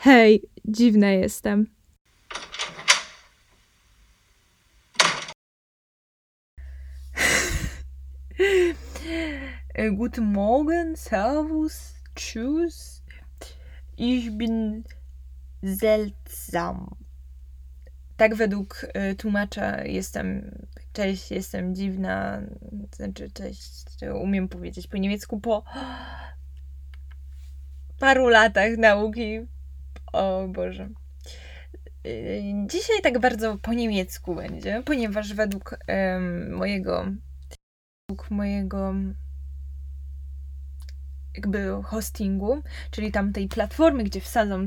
Hej, dziwna jestem. Guten Morgen, Servus, Tschüss. Ich bin seltsam. Tak według tłumacza cześć, jestem dziwna, znaczy cześć, umiem powiedzieć po niemiecku po paru latach nauki. O Boże. Dzisiaj tak bardzo po niemiecku będzie, ponieważ według mojego jakby hostingu, czyli tamtej platformy, gdzie wsadzam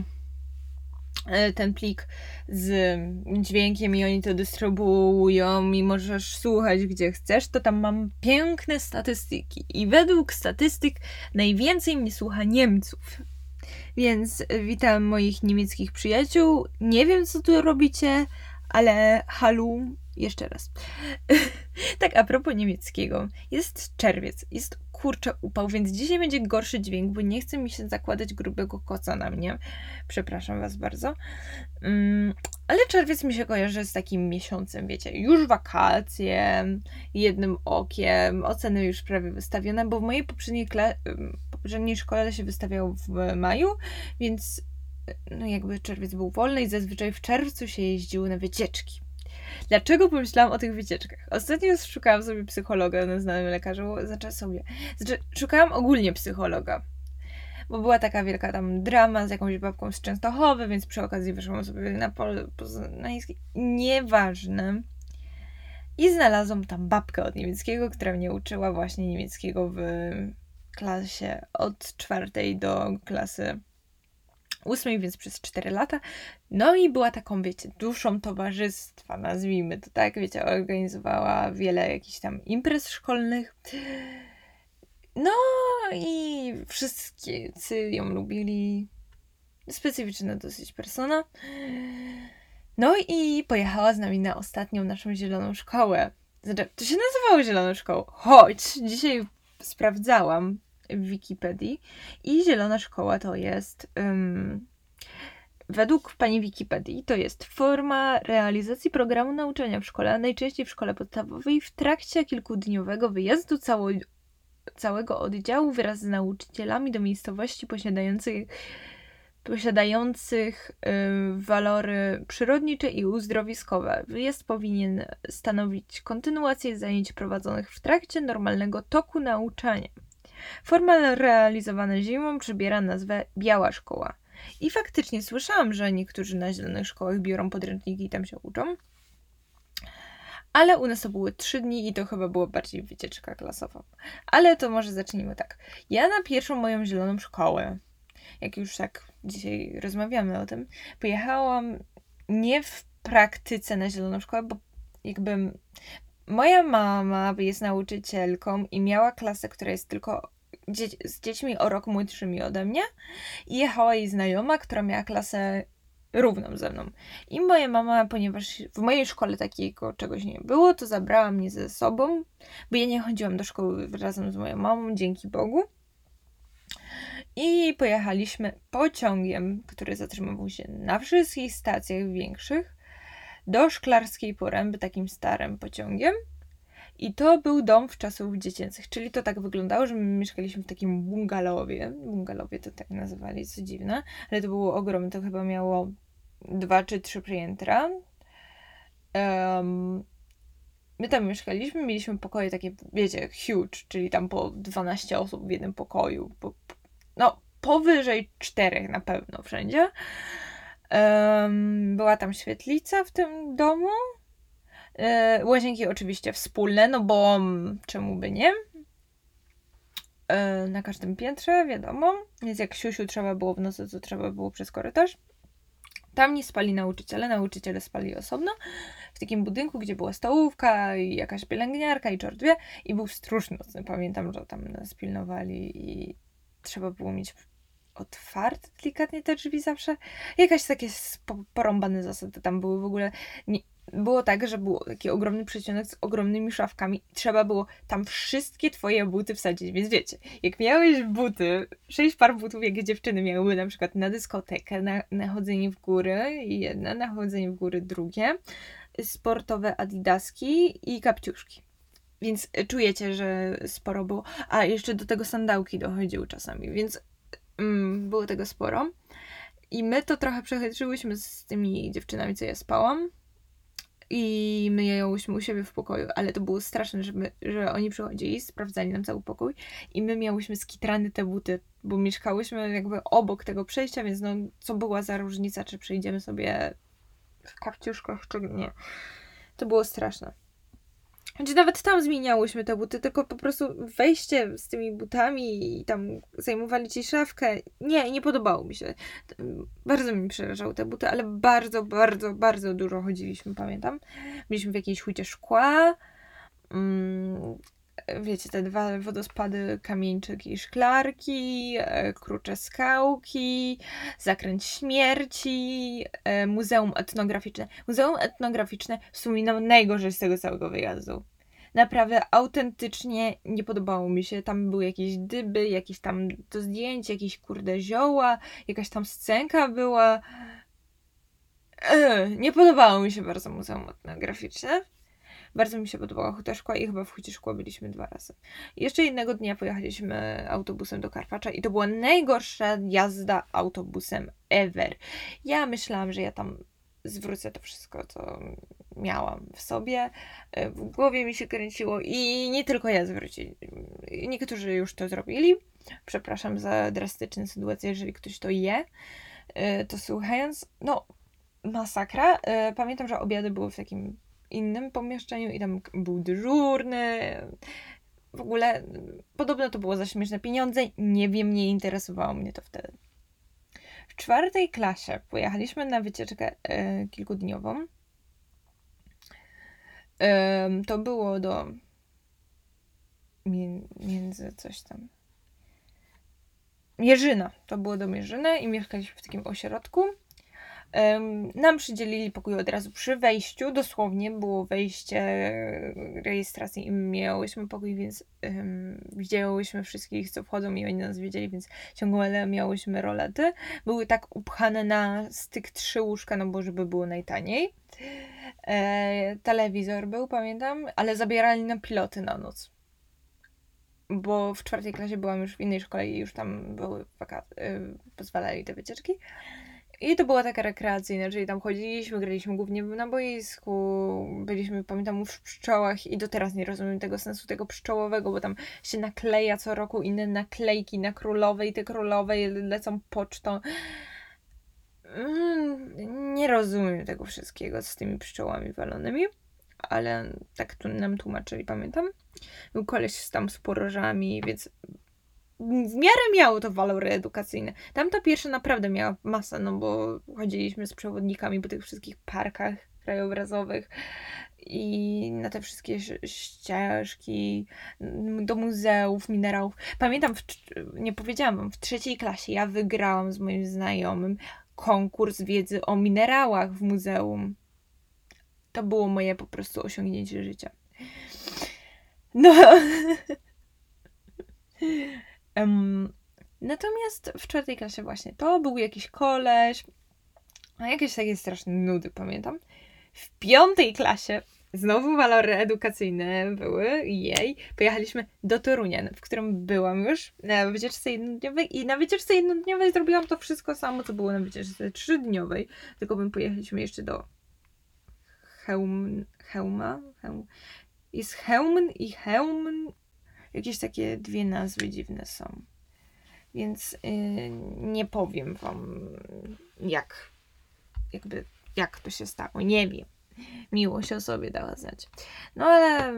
ten plik z dźwiękiem i oni to dystrybuują i możesz słuchać gdzie chcesz, to tam mam piękne statystyki i według statystyk najwięcej mnie słucha Niemców. Więc witam moich niemieckich przyjaciół. Nie wiem, co tu robicie, ale halu jeszcze raz. Tak, a propos niemieckiego. Jest czerwiec, jest kurczę upał, więc dzisiaj będzie gorszy dźwięk, bo nie chce mi się zakładać grubego koca na mnie. Przepraszam was bardzo. Ale czerwiec mi się kojarzy z takim miesiącem, wiecie, już wakacje, jednym okiem, oceny już prawie wystawione, bo w mojej poprzedniej szkole się wystawiało w maju, więc no jakby czerwiec był wolny i zazwyczaj w czerwcu się jeździło na wycieczki. Dlaczego pomyślałam o tych wycieczkach? Ostatnio szukałam sobie psychologa na znanym lekarzu, szukałam ogólnie psychologa, bo była taka wielka tam drama z jakąś babką z Częstochowy, więc przy okazji wyszłam sobie na poznański. Nieważne. I znalazłam tam babkę od niemieckiego, która mnie uczyła właśnie niemieckiego w klasie od 4 do klasy 8, więc przez 4 lata. No i była taką, wiecie, duszą towarzystwa, nazwijmy to tak, wiecie, organizowała wiele jakichś tam imprez szkolnych. No i wszyscy ją lubili. Specyficzna dosyć persona. No i pojechała z nami na ostatnią naszą zieloną szkołę. Znaczy, to się nazywało zieloną szkołą, choć dzisiaj sprawdzałam w Wikipedii i zielona szkoła to jest według pani Wikipedii to jest forma realizacji programu nauczania w szkole, najczęściej w szkole podstawowej w trakcie kilkudniowego wyjazdu całego oddziału wraz z nauczycielami do miejscowości posiadających walory przyrodnicze i uzdrowiskowe. Wyjazd powinien stanowić kontynuację zajęć prowadzonych w trakcie normalnego toku nauczania. Forma realizowana zimą przybiera nazwę Biała Szkoła. I faktycznie słyszałam, że niektórzy na zielonych szkołach biorą podręczniki i tam się uczą. Ale u nas to były 3 dni i to chyba było bardziej wycieczka klasowa. Ale to może zacznijmy tak. Ja na pierwszą moją zieloną szkołę, jak już tak dzisiaj rozmawiamy o tym, pojechałam nie w praktyce na zieloną szkołę, bo jakby moja mama jest nauczycielką i miała klasę, która jest tylko z dziećmi o rok młodszymi ode mnie i jechała jej znajoma, która miała klasę równą ze mną. I moja mama, ponieważ w mojej szkole takiego czegoś nie było, to zabrała mnie ze sobą, bo ja nie chodziłam do szkoły razem z moją mamą, dzięki Bogu. I pojechaliśmy pociągiem, który zatrzymywał się na wszystkich stacjach większych, do Szklarskiej Poręby, takim starym pociągiem. I to był dom w czasów dziecięcych, czyli to tak wyglądało, że my mieszkaliśmy w takim bungalowie. Bungalowie to tak nazywali, co dziwne, ale to było ogromne, to chyba miało 2 czy 3 piętra. My tam mieszkaliśmy, mieliśmy pokoje takie, wiecie, huge, czyli tam po 12 osób w jednym pokoju. Powyżej 4 na pewno wszędzie. Była tam świetlica w tym domu. Łazienki oczywiście wspólne, no bo czemu by nie? Na każdym piętrze, wiadomo. Więc jak siusiu trzeba było w nocy, to trzeba było przez korytarz. Tam nie spali nauczyciele spali osobno. W takim budynku, gdzie była stołówka i jakaś pielęgniarka i czort wie. I był stróż nocny. Pamiętam, że tam nas pilnowali i trzeba było mieć otwarte delikatnie te drzwi zawsze. Jakieś takie porąbane zasady tam były w ogóle. było tak, że był taki ogromny przedsionek z ogromnymi szafkami. Trzeba było tam wszystkie twoje buty wsadzić, więc wiecie, jak miałeś buty, 6 par butów, jak dziewczyny miały na przykład na dyskotekę, na chodzenie w góry jedne, na chodzenie w góry drugie, sportowe adidaski i kapciuszki. Więc czujecie, że sporo było. A jeszcze do tego sandałki dochodziły czasami, więc było tego sporo. I my to trochę przechytrzyłyśmy z tymi dziewczynami, co ja spałam. I my je jęłyśmy u siebie w pokoju, ale to było straszne, że oni przychodzili, sprawdzali nam cały pokój i my miałyśmy skitrane te buty, bo mieszkałyśmy jakby obok tego przejścia, więc no co była za różnica, czy przejdziemy sobie w kapciuszkach, czy nie. To było straszne. Znaczy nawet tam zmieniałyśmy te buty, tylko po prostu wejście z tymi butami i tam zajmowali ci szafkę. Nie podobało mi się. Bardzo mi przerażały te buty, ale bardzo, bardzo, bardzo dużo chodziliśmy, pamiętam. Byliśmy w jakiejś hucie szkła. Wiecie, te 2 wodospady, Kamieńczyk i Szklarki, Krucze Skałki, Zakręt Śmierci, Muzeum Etnograficzne. Muzeum Etnograficzne wspominam najgorzej z tego całego wyjazdu. Naprawdę autentycznie nie podobało mi się. Tam były jakieś dyby, jakieś tam do zdjęć, jakieś kurde zioła, jakaś tam scenka była. Nie podobało mi się bardzo Muzeum Etnograficzne. Bardzo mi się podobała Huta Szkła i chyba w Hucie Szkła byliśmy 2 razy. I jeszcze jednego dnia pojechaliśmy autobusem do Karpacza i to była najgorsza jazda autobusem ever. Ja myślałam, że ja tam zwrócę to wszystko, co miałam w sobie. W głowie mi się kręciło i nie tylko ja zwróciłam. Niektórzy już to zrobili. Przepraszam za drastyczne sytuacje, jeżeli ktoś to je. To słuchając, no masakra. Pamiętam, że obiady były w takim innym pomieszczeniu i tam był dyżurny. W ogóle podobno to było za śmieszne pieniądze. Nie wiem, nie interesowało mnie to wtedy. W 4. klasie pojechaliśmy na wycieczkę kilkudniową. To było do między coś tam Mierzyna. To było do Mierzyny i mieszkaliśmy w takim ośrodku. Nam przydzielili pokój od razu przy wejściu, dosłownie było wejście rejestracji i miałyśmy pokój, więc widziałyśmy wszystkich, co wchodzą i oni nas wiedzieli, więc ciągle miałyśmy rolety. Były tak upchane na styk 3 łóżka, no bo żeby było najtaniej. Telewizor był, pamiętam, ale zabierali nam piloty na noc. Bo w 4. klasie byłam już w innej szkole i już tam były pozwalali te wycieczki. I to była taka rekreacyjna, czyli tam chodziliśmy, graliśmy głównie na boisku, byliśmy, pamiętam, w pszczołach i do teraz nie rozumiem tego sensu tego pszczołowego, bo tam się nakleja co roku inne naklejki na królowej, te królowe lecą pocztą. Nie rozumiem tego wszystkiego z tymi pszczołami walonymi, ale tak tu nam tłumaczyli, pamiętam. Był koleś tam z porożami, więc w miarę miało to walory edukacyjne. Tamta pierwsza naprawdę miała masę, no bo chodziliśmy z przewodnikami po tych wszystkich parkach krajobrazowych i na te wszystkie ścieżki, do muzeów, minerałów. Pamiętam, nie powiedziałam wam, w 3. klasie ja wygrałam z moim znajomym konkurs wiedzy o minerałach w muzeum. To było moje po prostu osiągnięcie życia. No... Natomiast w 4. klasie właśnie to był jakiś koleś, a jakieś takie straszne nudy, pamiętam. W 5. klasie znowu walory edukacyjne były, pojechaliśmy do Torunia, w którym byłam już na wycieczce jednodniowej i na wycieczce jednodniowej zrobiłam to wszystko samo, co było na wycieczce 3-dniowej, tylko pojechaliśmy jeszcze do Chełma. Jest Chełm i Chełm. Jakieś takie 2 nazwy dziwne są. Więc nie powiem wam, jak to się stało. Nie wiem. Miłość o sobie dała znać. No ale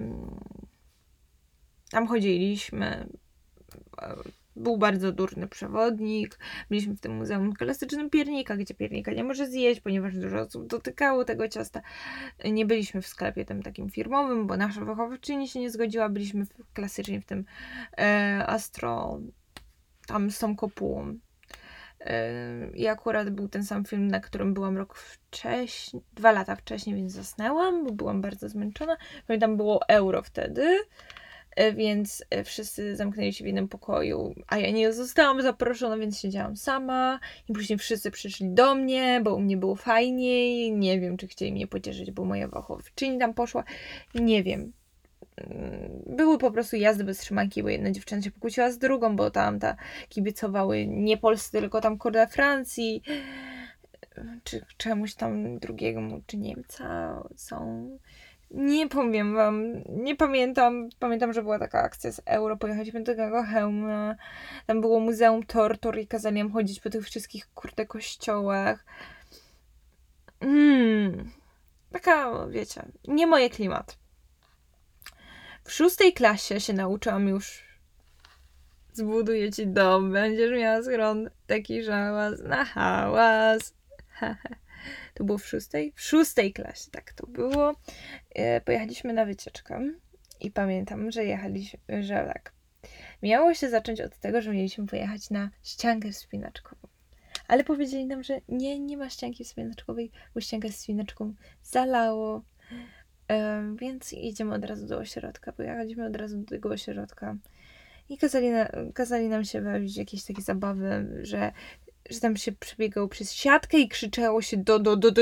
tam chodziliśmy. Był bardzo durny przewodnik. Byliśmy w tym muzeum klasycznym piernika, gdzie piernika nie może zjeść, ponieważ dużo osób dotykało tego ciasta. Nie byliśmy w sklepie tym takim firmowym, bo nasza wychowawczyni się nie zgodziła. Byliśmy klasycznie w tym Astro, tam z tą kopułą. I akurat był ten sam film, na którym byłam 2 lata wcześniej, więc zasnęłam, bo byłam bardzo zmęczona. Pamiętam, było Euro wtedy, więc wszyscy zamknęli się w jednym pokoju, a ja nie zostałam zaproszona, więc siedziałam sama i później wszyscy przyszli do mnie, bo u mnie było fajniej. Nie wiem, czy chcieli mnie pocieszyć, bo moja wychowawczyni tam poszła. Nie wiem. Były po prostu jazdy bez trzymanki, bo jedna dziewczyna się pokłóciła z drugą, bo tamta kibicowały nie Polsce, tylko tam kurde Francji, czy czemuś tam drugiemu, czy Niemca są. Nie powiem wam, nie pamiętam. Pamiętam, że była taka akcja z Euro, pojechaliśmy do tego Chełma, tam było Muzeum Tortur i kazali nam chodzić po tych wszystkich kurde kościołach. Taka, wiecie, nie moje klimat. W 6. klasie się nauczyłam już: zbuduję ci dom, będziesz miała schron, taki żałas na hałas. To było w 6? W 6. klasie, tak to było. Pojechaliśmy na wycieczkę i pamiętam, że tak. Miało się zacząć od tego, że mieliśmy pojechać na ściankę wspinaczkową. Ale powiedzieli nam, że nie ma ścianki wspinaczkowej, bo ściankę wspinaczką zalało. Więc idziemy od razu do ośrodka. Pojechaliśmy od razu do tego ośrodka i kazali nam się bawić jakieś takie zabawy, że tam się przebiegało przez siatkę i krzyczało się do.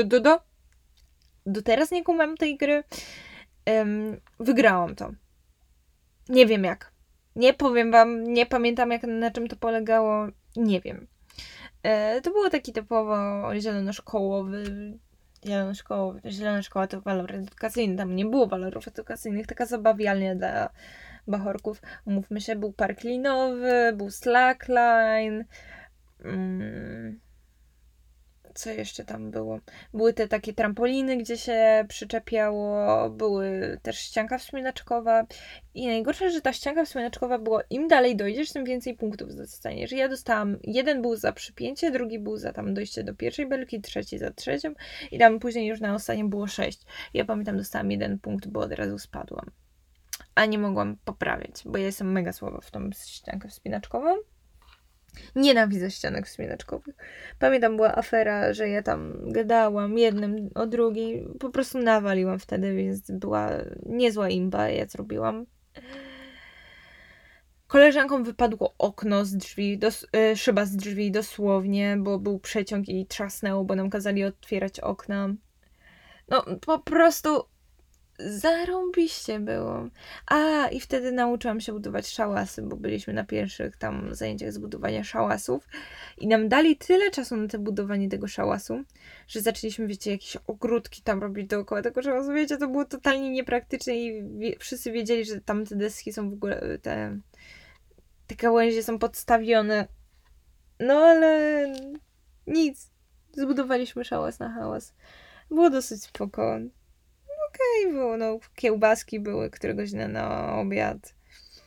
Do teraz nie kumam tej gry. Wygrałam to. Nie wiem jak. Nie powiem wam, nie pamiętam na czym to polegało. Nie wiem. To było taki typowo zielonoszkołowy. Zielona szkoła to walor edukacyjny. Tam nie było walorów edukacyjnych. Taka zabawialnia dla bachorków. Umówmy się, był park linowy, był slackline. Co jeszcze tam było? Były te takie trampoliny, gdzie się przyczepiało. Były też ścianka wspinaczkowa. I najgorsze, że ta ścianka wspinaczkowa była, im dalej dojdziesz, tym więcej punktów dostaniesz. Ja dostałam, jeden był za przypięcie, drugi był za tam dojście do pierwszej belki, trzeci za trzecią i tam później już na ostatnim było 6. Ja pamiętam, dostałam 1 punkt, bo od razu spadłam. A nie mogłam poprawiać, bo ja jestem mega słaba w tą ściankę wspinaczkową. Nienawidzę ścianek wspinaczkowych. Pamiętam, była afera, że ja tam gadałam jednym o drugiej. Po prostu nawaliłam wtedy, więc była niezła imba, ja zrobiłam. Koleżankom wypadło okno z drzwi, szyba z drzwi dosłownie, bo był przeciąg i trzasnęło, bo nam kazali otwierać okna. No, po prostu zarąbiście było. I wtedy nauczyłam się budować szałasy, bo byliśmy na pierwszych tam zajęciach z budowania szałasów i nam dali tyle czasu na to budowanie tego szałasu, że zaczęliśmy, wiecie, jakieś ogródki tam robić dookoła tego szałasu. Wiecie, to było totalnie niepraktyczne i wszyscy wiedzieli, że tam te deski są w ogóle, te gałęzie są podstawione. No ale nic. Zbudowaliśmy szałas na hałas. Było dosyć spokojnie. Było, no, kiełbaski były któregoś dnia na obiad.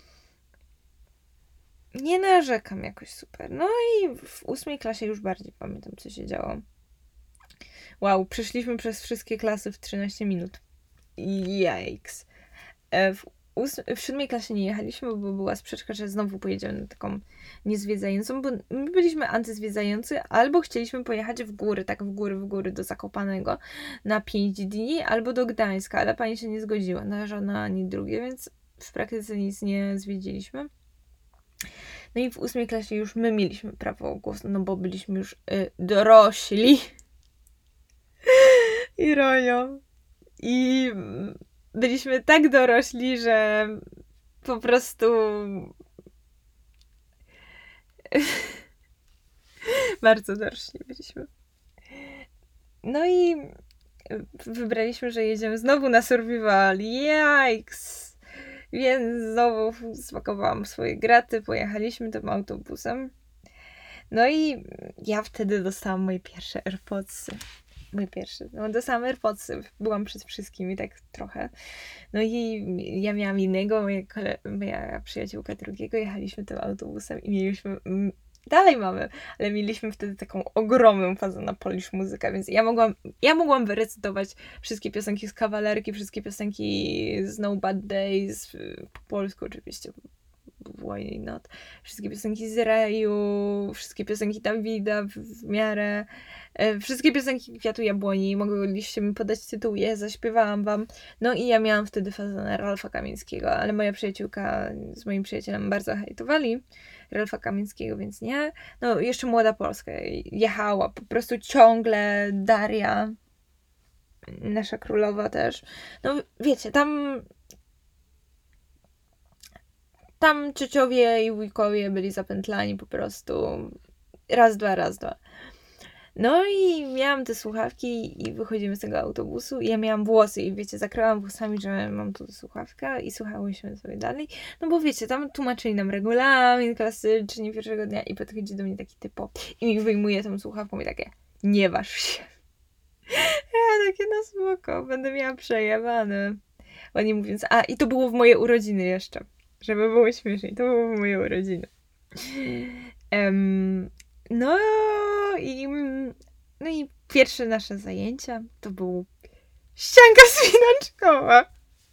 Nie narzekam jakoś super. No i w 8. klasie już bardziej pamiętam, co się działo. Wow, przeszliśmy przez wszystkie klasy w 13 minut. Yikes. W 7. klasie nie jechaliśmy, bo była sprzeczka, że znowu pojedziemy na taką niezwiedzającą, bo my byliśmy antyzwiedzający, albo chcieliśmy pojechać w góry, tak w góry do Zakopanego na 5 dni, albo do Gdańska, ale pani się nie zgodziła na żadne ani drugie, więc w praktyce nic nie zwiedziliśmy. No i w 8. klasie już my mieliśmy prawo głosu, no bo byliśmy już dorośli. Ironią. I byliśmy tak dorośli, że po prostu bardzo dorośli byliśmy. No i wybraliśmy, że jedziemy znowu na survival. Yikes! Więc znowu spakowałam swoje graty, pojechaliśmy tym autobusem. No i ja wtedy dostałam moje pierwsze AirPodsy. Dostałam AirPodsy. Byłam przed wszystkimi tak trochę. No i ja miałam innego, moja przyjaciółka drugiego, jechaliśmy tym autobusem i mieliśmy, dalej mamy, ale mieliśmy wtedy taką ogromną fazę na Polish muzykę, więc ja mogłam wyrecytować wszystkie piosenki z Kawalerki, wszystkie piosenki z No Bad Days, po polsku oczywiście, Why Not, wszystkie piosenki z Reju, wszystkie piosenki Dawida w miarę, wszystkie piosenki Kwiatu Jabłoni, mogliście mi podać tytuł, je zaśpiewałam wam. No i ja miałam wtedy fazę na Ralfa Kamińskiego, ale moja przyjaciółka z moim przyjacielem bardzo hejtowali Ralfa Kamińskiego, więc nie. No jeszcze Młoda Polska jechała, po prostu ciągle Daria, nasza królowa też. No wiecie, tam ciociowie i wujkowie byli zapętlani po prostu raz, dwa. No i miałam te słuchawki i wychodzimy z tego autobusu i ja miałam włosy i wiecie, zakryłam włosami, że mam tu słuchawkę i słuchałyśmy sobie dalej. No bo wiecie, tam tłumaczyli nam regulamin klasyczny pierwszego dnia i podchodzi do mnie taki typo i mi wyjmuje tą słuchawką i takie, nie waż się. Ja takie, no spoko, będę miała przejebane. Ładnie mówiąc, i to było w moje urodziny jeszcze. Żeby było śmieszniej, to było w moje urodziny. No i pierwsze nasze zajęcia to był ścianka wspinaczkowa.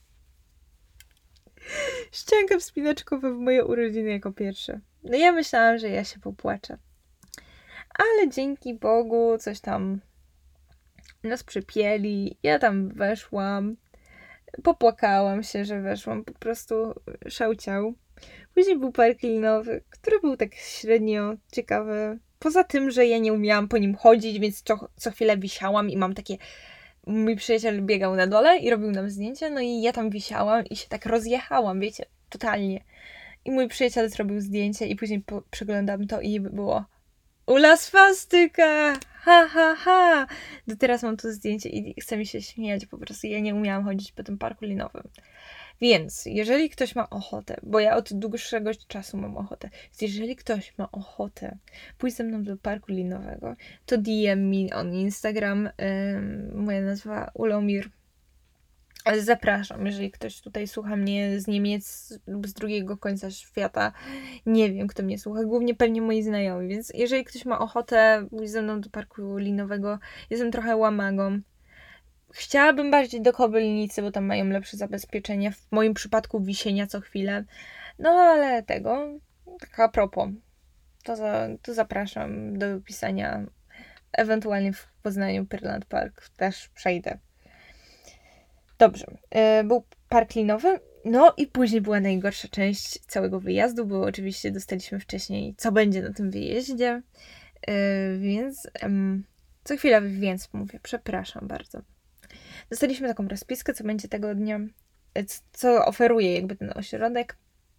Ścianka wspinaczkowa w moje urodziny jako pierwsze. No ja myślałam, że ja się popłaczę. Ale dzięki Bogu coś tam nas przypieli. Ja tam weszłam. Popłakałam się, że weszłam. Po prostu szałciał. Później był park linowy, który był tak średnio ciekawy. Poza tym, że ja nie umiałam po nim chodzić, więc co chwilę wisiałam i mam takie... Mój przyjaciel biegał na dole i robił nam zdjęcie, no i ja tam wisiałam i się tak rozjechałam, wiecie, totalnie. I mój przyjaciel zrobił zdjęcie i później przeglądam to i było Ula swastyka! Ha, ha, ha! Do teraz mam to zdjęcie i chce mi się śmiać, po prostu ja nie umiałam chodzić po tym parku linowym. Więc jeżeli ktoś ma ochotę, bo ja od dłuższego czasu mam ochotę, więc jeżeli ktoś ma ochotę pójść ze mną do parku linowego, to DM mi on Instagram, moja nazwa Ulomir. Zapraszam, jeżeli ktoś tutaj słucha mnie z Niemiec lub z drugiego końca świata, nie wiem kto mnie słucha, głównie pewnie moi znajomi, więc jeżeli ktoś ma ochotę pójść ze mną do parku linowego, jestem trochę łamagą. Chciałabym bardziej do Kobylnicy, bo tam mają lepsze zabezpieczenie. W moim przypadku wisienia co chwilę. No ale tak a propos, to zapraszam do pisania. Ewentualnie w Poznaniu Pyrland Park też przejdę. Dobrze, był park linowy. No i później była najgorsza część całego wyjazdu, bo oczywiście dostaliśmy wcześniej, co będzie na tym wyjeździe. Więc co chwilę więc mówię, przepraszam bardzo. Dostaliśmy taką rozpiskę, co będzie tego dnia, co oferuje jakby ten ośrodek.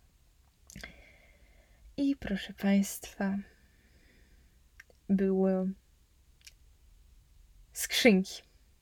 I proszę Państwa, były skrzynki.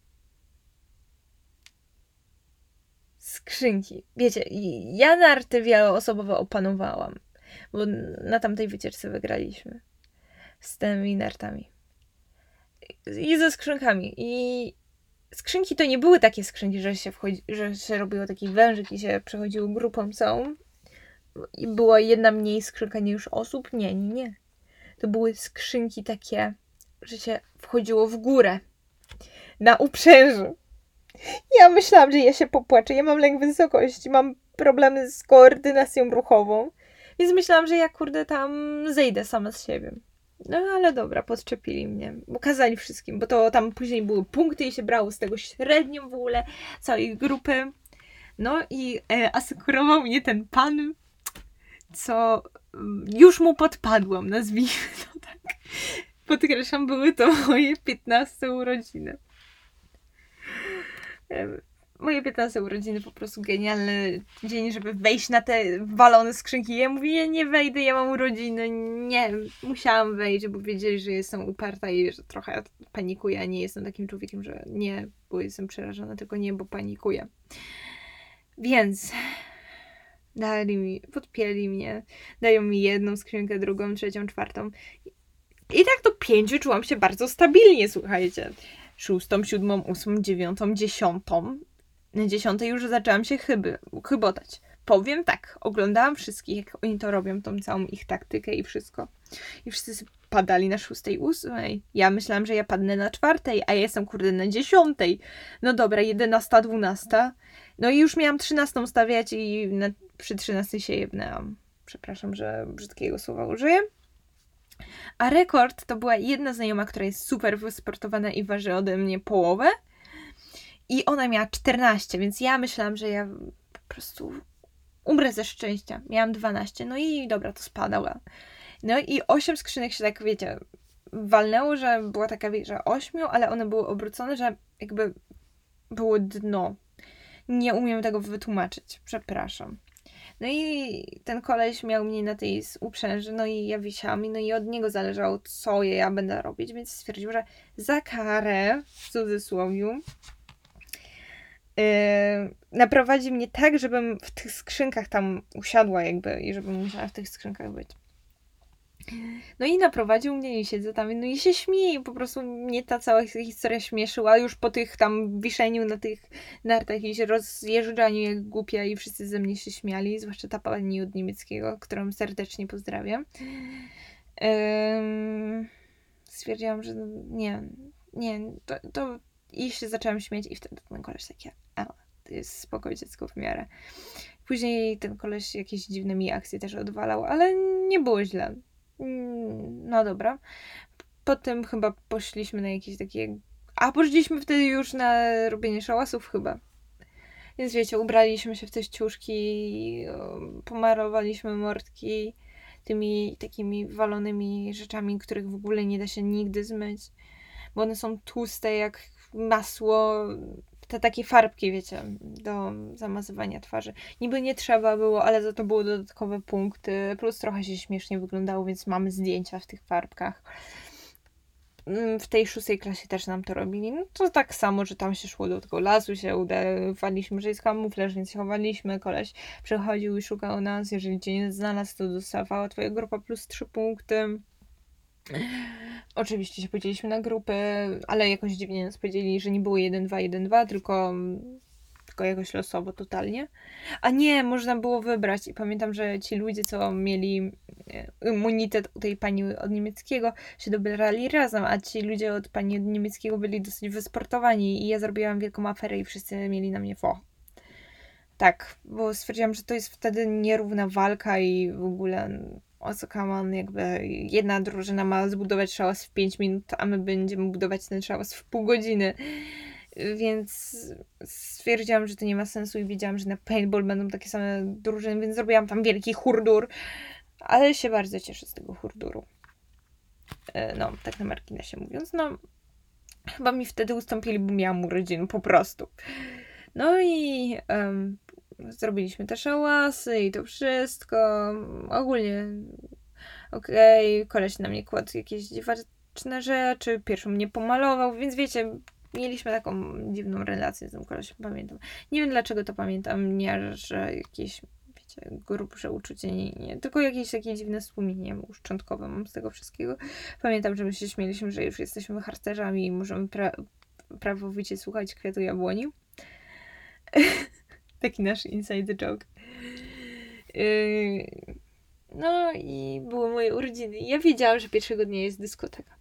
Wiecie, ja narty wieloosobowe opanowałam, bo na tamtej wycieczce wygraliśmy z tymi nartami. I ze skrzynkami. I skrzynki to nie były takie skrzynki, że się robiło taki wężyk i się przechodziło grupą całą. I była jedna mniej skrzynka niż osób. Nie. To były skrzynki takie, że się wchodziło w górę. Na uprzęży. Ja myślałam, że ja się popłaczę. Ja mam lęk wysokości. Mam problemy z koordynacją ruchową. Więc myślałam, że ja tam zejdę sama z siebie. No ale dobra, podczepili mnie. Bo kazali wszystkim, bo to tam później były punkty i się brało z tego średnią w ogóle całej grupy. No i asekurował mnie ten pan, co już mu podpadłam, nazwijmy to tak. Podkreślam, były to moje 15 urodziny. Moje 15 urodziny, po prostu genialny dzień, żeby wejść na te walone skrzynki. Ja mówię, ja nie wejdę, ja mam urodziny. Nie, musiałam wejść, bo wiedzieli, że jestem uparta i że trochę panikuję, a nie jestem takim człowiekiem, że nie, bo jestem przerażona, tylko nie, bo panikuję. Więc podpięli mnie, dają mi jedną skrzynkę, drugą, trzecią, czwartą. I tak do 5 czułam się bardzo stabilnie, słuchajcie. 6, 7, 8, 9, 10. Na 10 już zaczęłam się chybotać. Powiem tak, oglądałam wszystkich, jak oni to robią, tą całą ich taktykę i wszystko. I wszyscy padali na 6, 8. Ja myślałam, że ja padnę na 4, a ja jestem na 10. No dobra, 11, 12. No i już miałam 13 stawiać i przy 13 się jebnęłam. Przepraszam, że brzydkiego słowa użyję. A rekord to była jedna znajoma, która jest super wysportowana i waży ode mnie połowę. I ona miała 14, więc ja myślałam, że ja po prostu umrę ze szczęścia. Miałam 12, no i dobra, to spadała. No i 8 skrzynek się tak, wiecie, walnęło, że była taka, że 8, ale one były obrócone, że jakby było dno. Nie umiem tego wytłumaczyć, przepraszam. No i ten koleś miał mnie na tej uprzęży, no i ja wisiałam, no i od niego zależało, co ja będę robić, więc stwierdził, że za karę, w cudzysłowie, naprowadzi mnie tak, żebym w tych skrzynkach tam usiadła jakby i żebym musiała w tych skrzynkach być. No i naprowadził mnie i siedzę tam, no i się śmieje, po prostu mnie ta cała historia śmieszyła już po tych tam wiszeniu na tych nartach i się rozjeżdżaniu jak głupia i wszyscy ze mnie się śmiali, zwłaszcza ta pani od niemieckiego, którą serdecznie pozdrawiam. Stwierdziłam, że nie, to i się zaczęłam śmiać i wtedy ten koleś takie, to jest spoko dziecko w miarę. Później ten koleś jakieś dziwne mi akcje też odwalał, ale nie było źle. No dobra. Potem chyba poszliśmy na jakieś takie... poszliśmy wtedy już na robienie szałasów chyba. Więc wiecie, ubraliśmy się w te ciuszki, pomarowaliśmy mordki tymi takimi walonymi rzeczami, których w ogóle nie da się nigdy zmyć. Bo one są tłuste jak masło, te takie farbki, wiecie, do zamazywania twarzy. Niby nie trzeba było, ale za to były dodatkowe punkty, plus trochę się śmiesznie wyglądało, więc mamy zdjęcia w tych farbkach. W tej 6. klasie też nam to robili. No to tak samo, że tam się szło do tego lasu, się udawaliśmy, że jest kamuflaż, więc się chowaliśmy. Koleś przychodził i szukał nas. Jeżeli cię nie znalazł, to dostawała twoja grupa plus 3 punkty. Oczywiście się podzieliliśmy na grupy, ale jakoś dziwnie nas podzielili, że nie było 1-2, tylko jakoś losowo totalnie. A nie, można było wybrać i pamiętam, że ci ludzie, co mieli immunitet u tej pani od niemieckiego, się dobierali razem, a ci ludzie od pani od niemieckiego byli dosyć wysportowani i ja zrobiłam wielką aferę i wszyscy mieli na mnie Tak, bo stwierdziłam, że to jest wtedy nierówna walka i w ogóle o co kaman, jakby jedna drużyna ma zbudować szałas w 5 minut, a my będziemy budować ten szałas w pół godziny. Więc stwierdziłam, że to nie ma sensu i wiedziałam, że na paintball będą takie same drużyny, więc zrobiłam tam wielki hurdur, ale się bardzo cieszę z tego hurduru. No, tak na marginesie mówiąc, no chyba mi wtedy ustąpili, bo miałam urodziny, po prostu. No i zrobiliśmy te szałasy i to wszystko. Ogólnie koleś na mnie kładł jakieś dziwaczne rzeczy, pierwszą mnie pomalował, więc wiecie, mieliśmy taką dziwną relację z tym kolesiem, pamiętam. Nie wiem dlaczego to pamiętam, nie, że jakieś, wiecie, grubsze uczucie, nie, tylko jakieś takie dziwne wspomnienie szczątkowe mam z tego wszystkiego. Pamiętam, że my się śmieliśmy, że już jesteśmy harcerzami i możemy prawowicie słuchać Kwiatu Jabłoni. Taki nasz inside joke. No i były moje urodziny. Ja wiedziałam, że pierwszego dnia jest dyskoteka.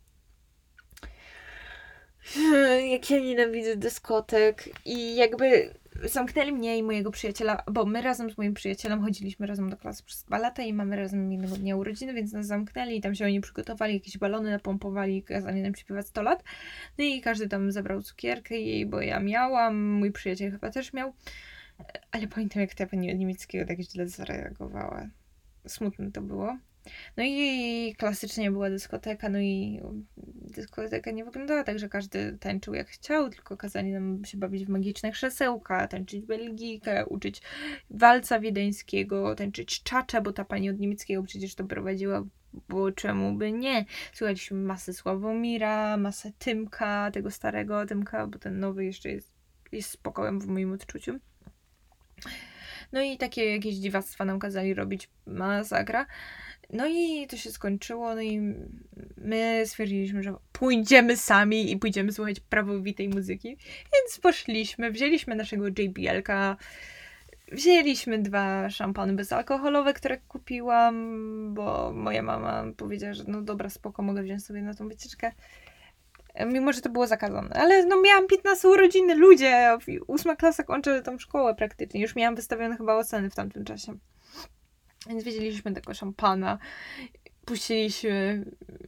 Jak ja nienawidzę dyskotek. I jakby zamknęli mnie i mojego przyjaciela, bo my razem z moim przyjacielem chodziliśmy razem do klasy przez 2 lata i mamy razem jednego dnia urodziny, więc nas zamknęli i tam się oni przygotowali, jakieś balony napompowali i kazali nam śpiewać 100 lat. No i każdy tam zabrał cukierkę jej, bo ja miałam, mój przyjaciel chyba też miał. Ale pamiętam, jak ta pani od niemieckiego tak źle zareagowała. Smutne to było. No i klasycznie była dyskoteka, no i dyskoteka nie wyglądała tak, że każdy tańczył jak chciał, tylko kazali nam się bawić w magiczne krzesełka, tańczyć belgijkę, uczyć walca wiedeńskiego, tańczyć czacze, bo ta pani od niemieckiego przecież to prowadziła, bo czemu by nie? Słuchaliśmy masę Sławomira, masę Tymka, tego starego Tymka, bo ten nowy jeszcze jest spokojem w moim odczuciu. No i takie jakieś dziwactwa nam kazali robić, masakra. No i to się skończyło, no i my stwierdziliśmy, że pójdziemy sami i pójdziemy słuchać prawowitej muzyki. Więc poszliśmy, wzięliśmy naszego JBL-ka, wzięliśmy 2 szampany bezalkoholowe, które kupiłam, bo moja mama powiedziała, że no dobra, spoko, mogę wziąć sobie na tą wycieczkę. Mimo, że to było zakazane. Ale no miałam 15 urodziny, ludzie! 8 klasa kończę tą szkołę praktycznie. Już miałam wystawione chyba oceny w tamtym czasie. Więc wiedzieliśmy tego szampana. Puściliśmy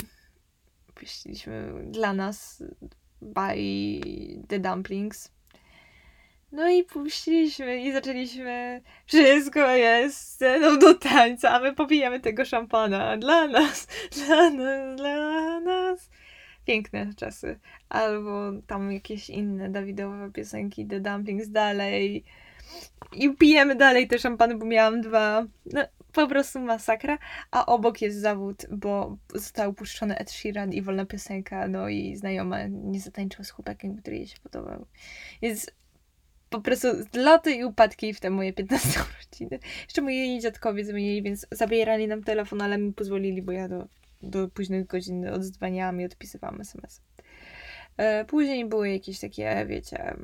dla nas by The Dumplings. No i puściliśmy i zaczęliśmy. Wszystko jest sceną do tańca, a my popijamy tego szampana. Dla nas, dla nas, dla nas. Piękne czasy. Albo tam jakieś inne Dawidowe piosenki, The Dumplings dalej. I pijemy dalej te szampany, bo miałam 2. No, po prostu masakra. A obok jest zawód, bo został puszczony Ed Sheeran i wolna piosenka, no i znajoma nie zatańczyła z chłopakiem, który jej się podobał. Więc po prostu zloty i upadki w te moje 15 urodziny. Jeszcze moi dziadkowie zmienili, więc zabierali nam telefon, ale mi pozwolili, bo ja do późnych godzin odzwaniałam i odpisywałam SMS. Później były jakieś takie, wiecie,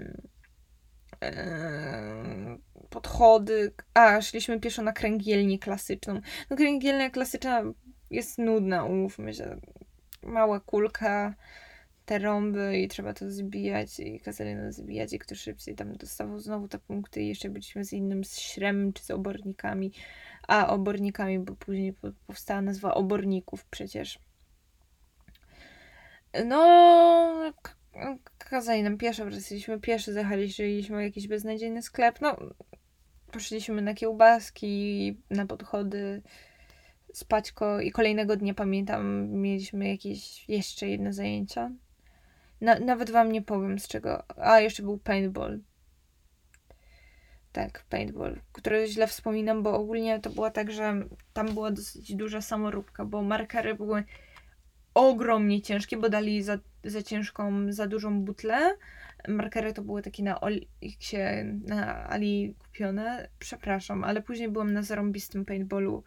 podchody. Szliśmy pieszo na kręgielnię klasyczną. No kręgielnia klasyczna jest nudna, umówmy się. Mała kulka, te rąby i trzeba to zbijać i kazali nas zbijać i kto szybciej tam dostawał znowu te punkty i jeszcze byliśmy z innym, z śremem czy z obornikami. Obornikami, bo później powstała nazwa oborników przecież. No, kazali nam pieszo, wracaliśmy pieszo, zajechaliśmy jakiś beznadziejny sklep, no, poszliśmy na kiełbaski, na podchody, spaćko i kolejnego dnia, pamiętam, mieliśmy jakieś jeszcze jedne zajęcia. Nawet wam nie powiem z czego. Jeszcze był paintball. Tak, paintball, który źle wspominam, bo ogólnie to było tak, że tam była dosyć duża samoróbka, bo markery były ogromnie ciężkie, bo dali za ciężką, za dużą butlę. Markery to były takie na Ali kupione. Przepraszam, ale później byłam na zarąbistym paintballu.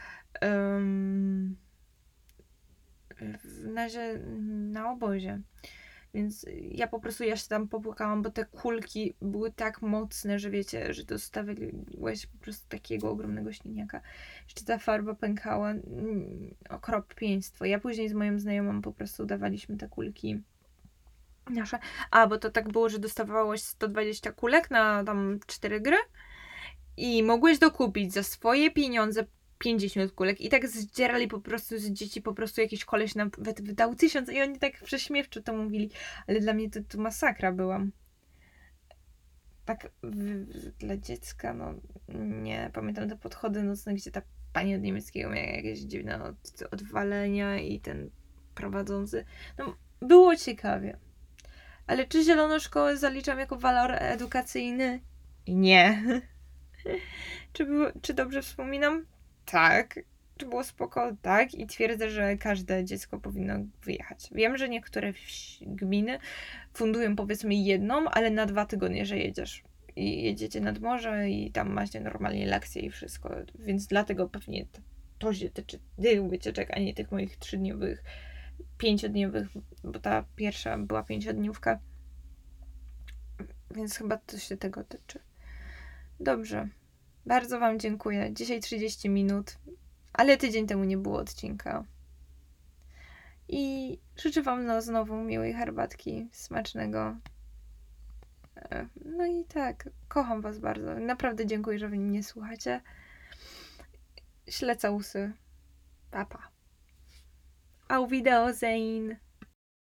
W razie na obozie. Więc ja po prostu się tam popłakałam, bo te kulki były tak mocne, że wiecie, że dostawałeś po prostu takiego ogromnego śnieniaka. Jeszcze ta farba pękała. Okropieństwo. Ja później z moją znajomą po prostu dawaliśmy te kulki nasze. Bo to tak było, że dostawałeś 120 kulek na tam 4 gry i mogłeś dokupić za swoje pieniądze 50 kulek i tak zdzierali po prostu z dzieci, po prostu jakiś koleś nam wydał 1000 i oni tak prześmiewczo to mówili, ale dla mnie to masakra była. Tak dla dziecka, no nie, pamiętam te podchody nocne, gdzie ta pani od niemieckiego miała jakieś dziwne odwalenia i ten prowadzący, no było ciekawie. Ale czy zieloną szkołę zaliczam jako walor edukacyjny? Nie. Czy dobrze wspominam? Tak. Czy było spoko? Tak. I twierdzę, że każde dziecko powinno wyjechać. Wiem, że niektóre gminy fundują powiedzmy jedną, ale na 2 tygodnie, że jedziesz. I jedziecie nad morze i tam macie normalnie lekcje i wszystko. Więc dlatego pewnie to się tyczy tych wycieczek, a nie tych moich 3-dniowych, 5-dniowych, bo ta pierwsza była 5-dniówka. Więc chyba to się tego tyczy. Dobrze. Bardzo wam dziękuję. Dzisiaj 30 minut, ale tydzień temu nie było odcinka. I życzę wam znowu miłej herbatki, smacznego. No i tak, kocham was bardzo. Naprawdę dziękuję, że wy mnie słuchacie. Ślecę usy. Papa. Auf Wiedersehen.